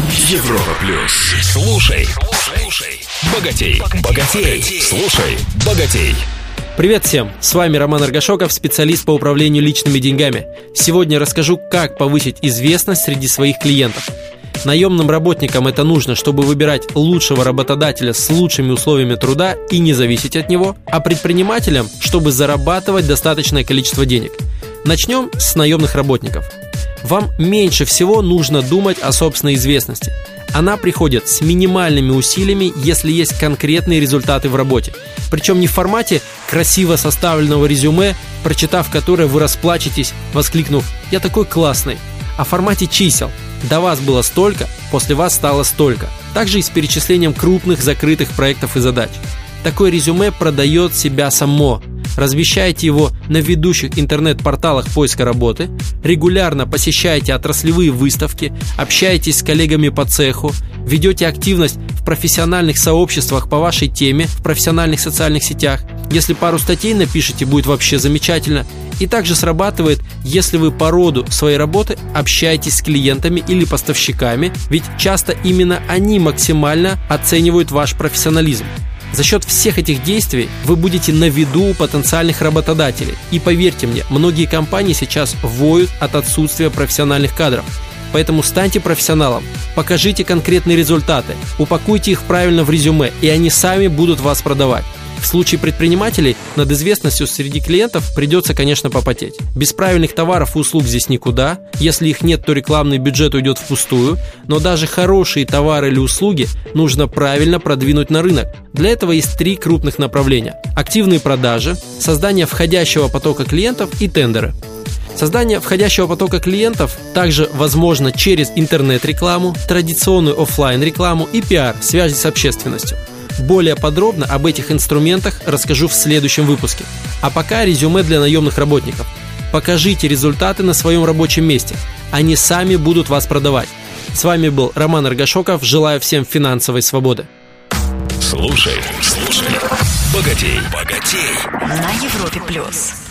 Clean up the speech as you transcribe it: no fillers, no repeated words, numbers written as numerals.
Европа плюс. Слушай, богатей. Слушай, богатей. Привет всем! С вами Роман Аргашоков, специалист по управлению личными деньгами. Сегодня расскажу, как повысить известность среди своих клиентов. Наемным работникам это нужно, чтобы выбирать лучшего работодателя с лучшими условиями труда и не зависеть от него, а предпринимателям, чтобы зарабатывать достаточное количество денег. Начнем с наемных работников. Вам меньше всего нужно думать о собственной известности. Она приходит с минимальными усилиями, если есть конкретные результаты в работе. Причем не в формате красиво составленного резюме, прочитав которое вы расплачетесь, воскликнув «Я такой классный», а в формате чисел. До вас было столько, после вас стало столько. Также и с перечислением крупных закрытых проектов и задач. Такое резюме продает себя само. Размещайте его на ведущих интернет-порталах поиска работы, регулярно посещайте отраслевые выставки, общаетесь с коллегами по цеху, ведете активность в профессиональных сообществах по вашей теме, в профессиональных социальных сетях. Если пару статей напишите, будет вообще замечательно. И также срабатывает, если вы по роду своей работы общаетесь с клиентами или поставщиками, ведь часто именно они максимально оценивают ваш профессионализм. За счет всех этих действий вы будете на виду у потенциальных работодателей. И поверьте мне, многие компании сейчас воют от отсутствия профессиональных кадров. Поэтому станьте профессионалом, покажите конкретные результаты, упакуйте их правильно в резюме, и они сами будут вас продавать. В случае предпринимателей над известностью среди клиентов придется, конечно, попотеть. Без правильных товаров и услуг здесь никуда. Если их нет, то рекламный бюджет уйдет впустую. Но даже хорошие товары или услуги нужно правильно продвинуть на рынок. Для этого есть 3 крупных направления: активные продажи, создание входящего потока клиентов и тендеры. Создание входящего потока клиентов также возможно через интернет-рекламу, традиционную офлайн-рекламу и пиар, связи с общественностью. Более подробно об этих инструментах расскажу в следующем выпуске. А пока резюме для наемных работников. Покажите результаты на своем рабочем месте. Они сами будут вас продавать. С вами был Роман Аргашоков. Желаю всем финансовой свободы. Слушай, богатей. На Европе плюс.